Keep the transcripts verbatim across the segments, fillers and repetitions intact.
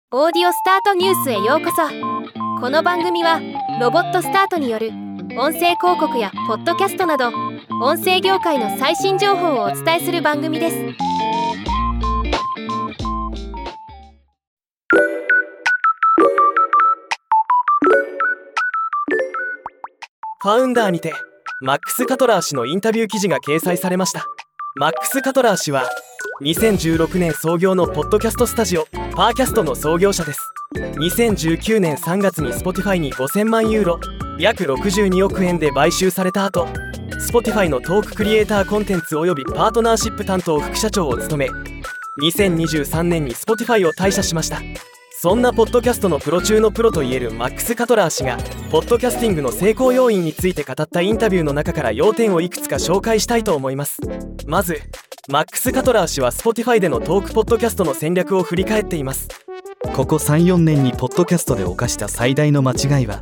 オーディオスタートニュースへようこそ。この番組はロボットスタートによる音声広告やポッドキャストなど音声業界の最新情報をお伝えする番組です。 ファウンダーにてマックス・カトラー氏のインタビュー記事が掲載されました。マックス・カトラー氏はにせんじゅうろくねん創業のポッドキャストスタジオパーキャストの創業者です。にせんじゅうきゅうねんさんがつに Spotify にごせんまんユーロ約ろくじゅうにおくえんで買収された後、 Spotify のトーククリエイターコンテンツおよびパートナーシップ担当副社長を務め、にせんにじゅうさんねんに Spotify を退社しました。そんなポッドキャストのプロ中のプロといえるマックス・カトラー氏がポッドキャスティングの成功要因について語ったインタビューの中から要点をいくつか紹介したいと思います。まずマックス・カトラー氏は Spotify でのトークポッドキャストの戦略を振り返っています。 ここ さんよねんにポッドキャストで犯した最大の間違いは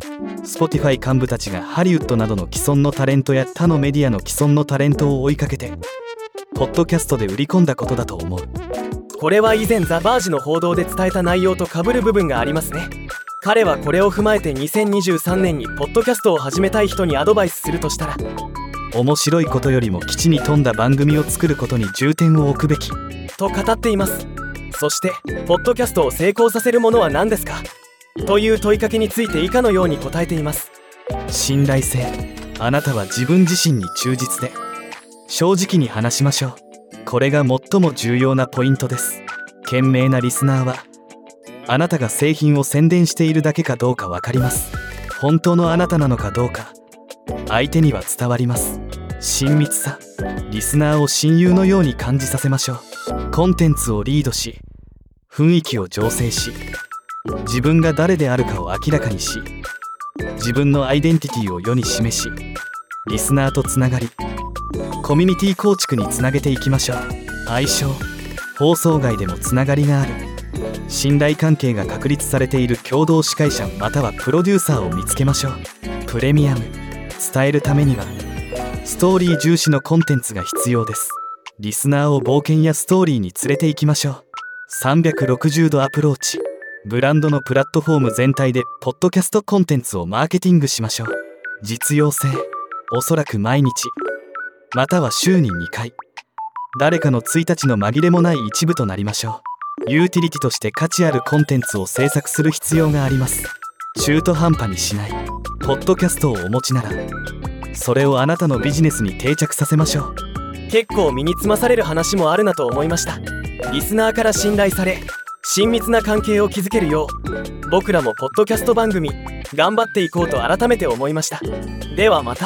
Spotify 幹部たちがハリウッドなどの既存のタレントや他のメディアの既存のタレントを追いかけてポッドキャストで売り込んだことだと思う。 これは以前ザ・バージの報道で伝えた内容と被る部分がありますね。彼はこれを踏まえてにせんにじゅうさんねんにポッドキャストを始めたい人にアドバイスするとしたら、 面白いことよりも基地に富んだ番組を作ることに重点を置くべきと語っています。そしてポッドキャストを成功させるものは何ですかという問いかけについて以下のように答えています。 信頼性。あなたは自分自身に忠実で正直に話しましょう。これが最も重要なポイントです。賢明なリスナーはあなたが製品を宣伝しているだけかどうか分かります。本当のあなたなのかどうか相手には伝わります。親密さ。リスナーを親友のように感じさせましょう。コンテンツをリードし雰囲気を醸成し自分が誰であるかを明らかにし自分のアイデンティティを世に示しリスナーとつながりコミュニティ構築につなげていきましょう。相性。放送外でもつながりがある信頼関係が確立されている共同司会者またはプロデューサーを見つけましょう。プレミアム。伝えるためにはストーリー重視のコンテンツが必要です。リスナーを冒険やストーリーに連れて行きましょう。さんびゃくろくじゅうどアプローチ。ブランドのプラットフォーム全体でポッドキャストコンテンツをマーケティングしましょう。実用性。おそらく毎日または週ににかい誰かのついたちの紛れもない一部となりましょう。ユーティリティとして価値あるコンテンツを制作する必要があります。中途半端にしない。ポッドキャストをお持ちならそれをあなたのビジネスに定着させましょう。 結構身につまされる話もあるなと思いました。リスナーから信頼され親密な関係を築けるよう僕らもポッドキャスト番組頑張っていこうと改めて思いました。ではまた。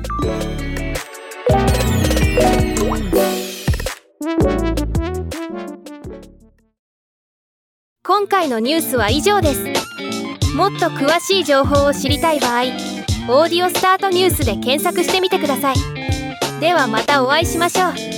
今回のニュースは以上です。もっと詳しい情報を知りたい場合、オーディオスタートニュースで検索してみてください。ではまたお会いしましょう。